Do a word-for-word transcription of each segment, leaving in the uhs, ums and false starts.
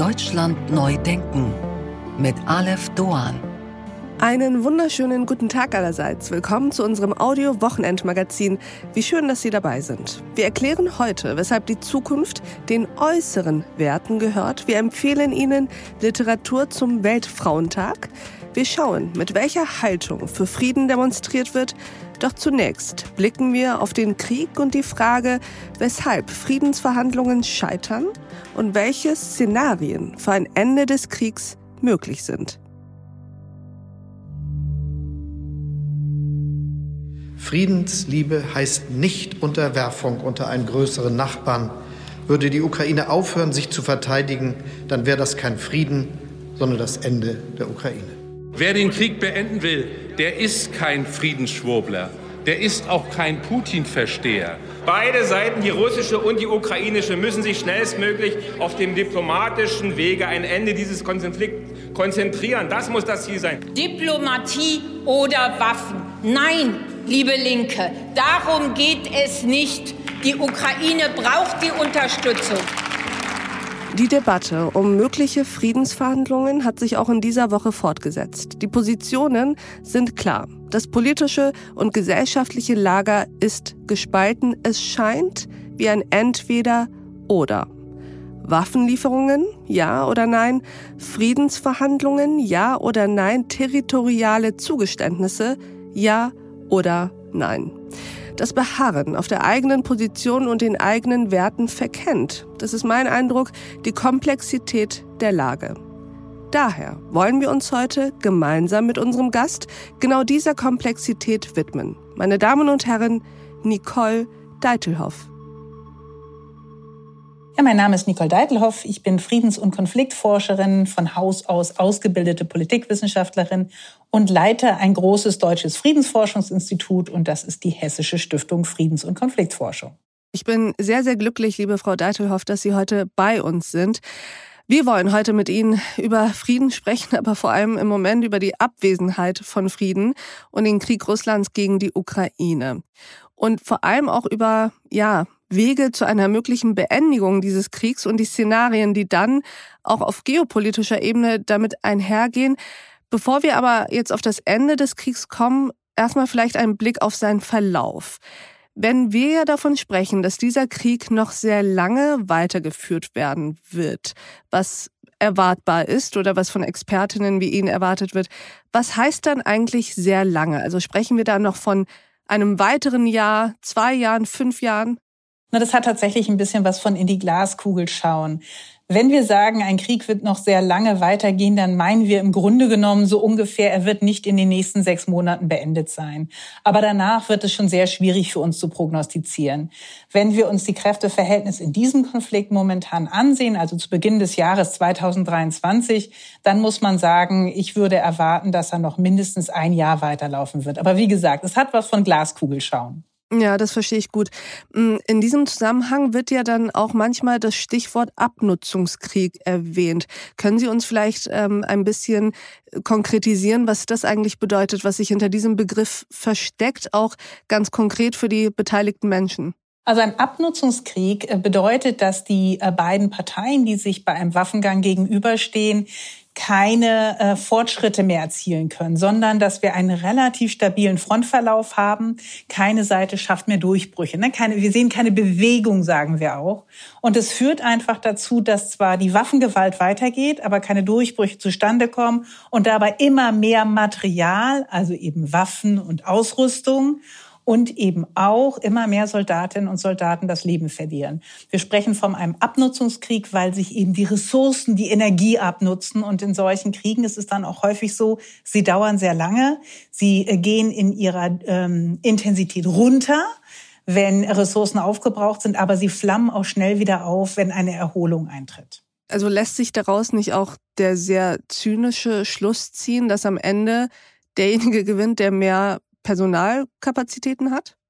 Deutschland neu denken mit Aleph Doğan. Einen wunderschönen guten Tag allerseits. Willkommen zu unserem Audio-Wochenendmagazin. Wie schön, dass Sie dabei sind. Wir erklären heute, weshalb die Zukunft den äußeren Werten gehört. Wir empfehlen Ihnen Literatur zum Weltfrauentag. Wir schauen, mit welcher Haltung für Frieden demonstriert wird. Doch zunächst blicken wir auf den Krieg und die Frage, weshalb Friedensverhandlungen scheitern und welche Szenarien für ein Ende des Kriegs möglich sind. Friedensliebe heißt nicht Unterwerfung unter einen größeren Nachbarn. Würde die Ukraine aufhören, sich zu verteidigen, dann wäre das kein Frieden, sondern das Ende der Ukraine. Wer den Krieg beenden will, der ist kein Friedensschwurbler. Der ist auch kein Putin-Versteher. Beide Seiten, die russische und die ukrainische, müssen sich schnellstmöglich auf dem diplomatischen Wege ein Ende dieses Konflikts konzentrieren. Das muss das Ziel sein. Diplomatie oder Waffen? Nein, liebe Linke, darum geht es nicht. Die Ukraine braucht die Unterstützung. Die Debatte um mögliche Friedensverhandlungen hat sich auch in dieser Woche fortgesetzt. Die Positionen sind klar. Das politische und gesellschaftliche Lager ist gespalten. Es scheint wie ein Entweder-Oder. Waffenlieferungen, ja oder nein? Friedensverhandlungen, ja oder nein? Territoriale Zugeständnisse, ja oder nein? Das Beharren auf der eigenen Position und den eigenen Werten verkennt, das ist mein Eindruck, die Komplexität der Lage. Daher wollen wir uns heute gemeinsam mit unserem Gast genau dieser Komplexität widmen. Meine Damen und Herren, Nicole Deitelhoff. Ja, mein Name ist Nicole Deitelhoff. Ich bin Friedens- und Konfliktforscherin, von Haus aus ausgebildete Politikwissenschaftlerin und leite ein großes deutsches Friedensforschungsinstitut, und das ist die Hessische Stiftung Friedens- und Konfliktforschung. Ich bin sehr, sehr glücklich, liebe Frau Deitelhoff, dass Sie heute bei uns sind. Wir wollen heute mit Ihnen über Frieden sprechen, aber vor allem im Moment über die Abwesenheit von Frieden und den Krieg Russlands gegen die Ukraine. Und vor allem auch über, ja, Wege zu einer möglichen Beendigung dieses Kriegs und die Szenarien, die dann auch auf geopolitischer Ebene damit einhergehen. Bevor wir aber jetzt auf das Ende des Kriegs kommen, erstmal vielleicht ein Blick auf seinen Verlauf. Wenn wir ja davon sprechen, dass dieser Krieg noch sehr lange weitergeführt werden wird, was erwartbar ist oder was von Expertinnen wie Ihnen erwartet wird, was heißt dann eigentlich sehr lange? Also sprechen wir da noch von einem weiteren Jahr, zwei Jahren, fünf Jahren? Na, das hat tatsächlich ein bisschen was von in die Glaskugel schauen. Wenn wir sagen, ein Krieg wird noch sehr lange weitergehen, dann meinen wir im Grunde genommen so ungefähr, er wird nicht in den nächsten sechs Monaten beendet sein. Aber danach wird es schon sehr schwierig für uns zu prognostizieren. Wenn wir uns die Kräfteverhältnisse in diesem Konflikt momentan ansehen, also zu Beginn des Jahres zweitausenddreiundzwanzig, dann muss man sagen, ich würde erwarten, dass er noch mindestens ein Jahr weiterlaufen wird. Aber wie gesagt, es hat was von Glaskugel schauen. Ja, das verstehe ich gut. In diesem Zusammenhang wird ja dann auch manchmal das Stichwort Abnutzungskrieg erwähnt. Können Sie uns vielleicht ähm, ein bisschen konkretisieren, was das eigentlich bedeutet, was sich hinter diesem Begriff versteckt, auch ganz konkret für die beteiligten Menschen? Also ein Abnutzungskrieg bedeutet, dass die beiden Parteien, die sich bei einem Waffengang gegenüberstehen, keine äh, Fortschritte mehr erzielen können, sondern dass wir einen relativ stabilen Frontverlauf haben. Keine Seite schafft mehr Durchbrüche. Ne? Keine, wir sehen keine Bewegung, sagen wir auch. Und es führt einfach dazu, dass zwar die Waffengewalt weitergeht, aber keine Durchbrüche zustande kommen und dabei immer mehr Material, also eben Waffen und Ausrüstung, und eben auch immer mehr Soldatinnen und Soldaten das Leben verlieren. Wir sprechen von einem Abnutzungskrieg, weil sich eben die Ressourcen, die Energie abnutzen. Und in solchen Kriegen ist es dann auch häufig so, sie dauern sehr lange. Sie gehen in ihrer ähm, Intensität runter, wenn Ressourcen aufgebraucht sind, aber sie flammen auch schnell wieder auf, wenn eine Erholung eintritt. Also lässt sich daraus nicht auch der sehr zynische Schluss ziehen, dass am Ende derjenige gewinnt, der mehr Personalkapazitäten hat?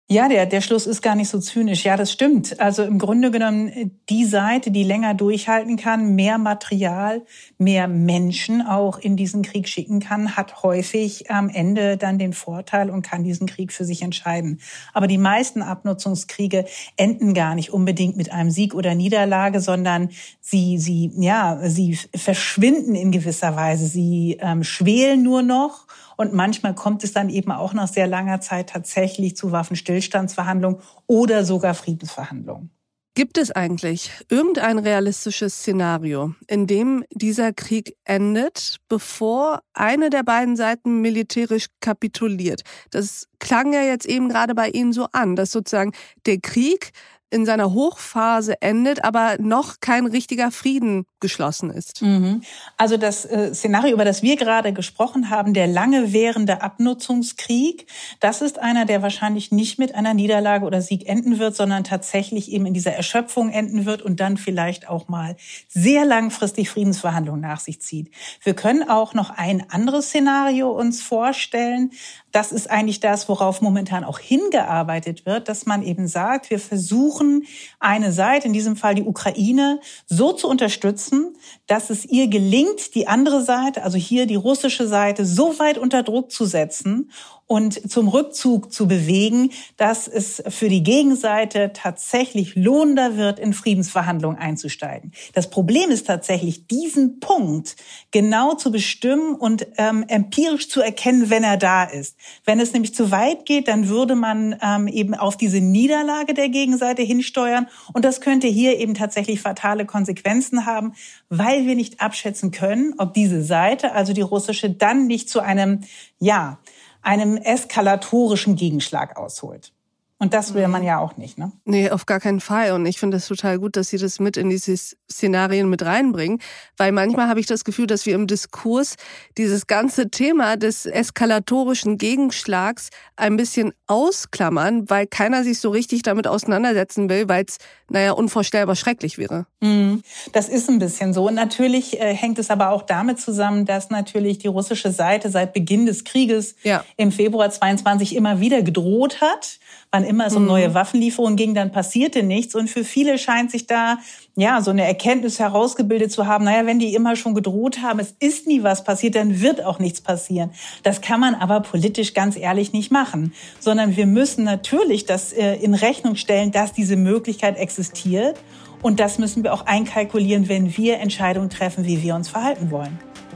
Ja, der, der Schluss ist gar nicht so zynisch. Ja, das stimmt. Also im Grunde genommen die Seite, die länger durchhalten kann, mehr Material, mehr Menschen auch in diesen Krieg schicken kann, hat häufig am Ende dann den Vorteil und kann diesen Krieg für sich entscheiden. Aber die meisten Abnutzungskriege enden gar nicht unbedingt mit einem Sieg oder Niederlage, sondern sie, sie, ja, sie verschwinden in gewisser Weise. Sie ähm, schwelen nur noch. Und manchmal kommt es dann eben auch nach sehr langer Zeit tatsächlich zu Waffenstillstandsverhandlungen oder sogar Friedensverhandlungen. Gibt es eigentlich irgendein realistisches Szenario, in dem dieser Krieg endet, bevor eine der beiden Seiten militärisch kapituliert? Das klang ja jetzt eben gerade bei Ihnen so an, dass sozusagen der Krieg in seiner Hochphase endet, aber noch kein richtiger Frieden geschlossen ist. Mhm. Also das äh, Szenario, über das wir gerade gesprochen haben, der lange währende Abnutzungskrieg, das ist einer, der wahrscheinlich nicht mit einer Niederlage oder Sieg enden wird, sondern tatsächlich eben in dieser Erschöpfung enden wird und dann vielleicht auch mal sehr langfristig Friedensverhandlungen nach sich zieht. Wir können auch noch ein anderes Szenario uns vorstellen. Das ist eigentlich das, worauf momentan auch hingearbeitet wird, dass man eben sagt, wir versuchen eine Seite, in diesem Fall die Ukraine, so zu unterstützen, dass es ihr gelingt, die andere Seite, also hier die russische Seite, so weit unter Druck zu setzen und zum Rückzug zu bewegen, dass es für die Gegenseite tatsächlich lohnender wird, in Friedensverhandlungen einzusteigen. Das Problem ist tatsächlich, diesen Punkt genau zu bestimmen und ähm, empirisch zu erkennen, wenn er da ist. Wenn es nämlich zu weit geht, dann würde man ähm, eben auf diese Niederlage der Gegenseite hinsteuern. Und das könnte hier eben tatsächlich fatale Konsequenzen haben, weil wir nicht abschätzen können, ob diese Seite, also die russische, dann nicht zu einem, ja, einem eskalatorischen Gegenschlag ausholt. Und das will man ja auch nicht, ne? Nee, auf gar keinen Fall. Und ich finde es total gut, dass Sie das mit in diese Szenarien mit reinbringen. Weil manchmal habe ich das Gefühl, dass wir im Diskurs dieses ganze Thema des eskalatorischen Gegenschlags ein bisschen ausklammern, weil keiner sich so richtig damit auseinandersetzen will, weil es, naja, unvorstellbar schrecklich wäre. Das ist ein bisschen so. Und natürlich äh, hängt es aber auch damit zusammen, dass natürlich die russische Seite seit Beginn des Krieges ja. im Februar zweiundzwanzig immer wieder gedroht hat. Wann immer es um neue Waffenlieferungen ging, dann passierte nichts. Und für viele scheint sich da ja so eine Erkenntnis herausgebildet zu haben, naja, wenn die immer schon gedroht haben, es ist nie was passiert, dann wird auch nichts passieren. Das kann man aber politisch ganz ehrlich nicht machen. Sondern wir müssen natürlich das äh, in Rechnung stellen, dass diese Möglichkeit existiert. Und das müssen wir auch einkalkulieren, wenn wir Entscheidungen treffen, wie wir uns verhalten wollen.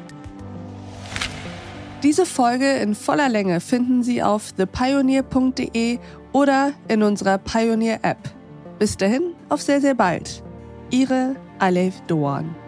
Diese Folge in voller Länge finden Sie auf the pioneer punkt de oder in unserer Pioneer-App. Bis dahin, auf sehr, sehr bald. Ihre Alef Doğan.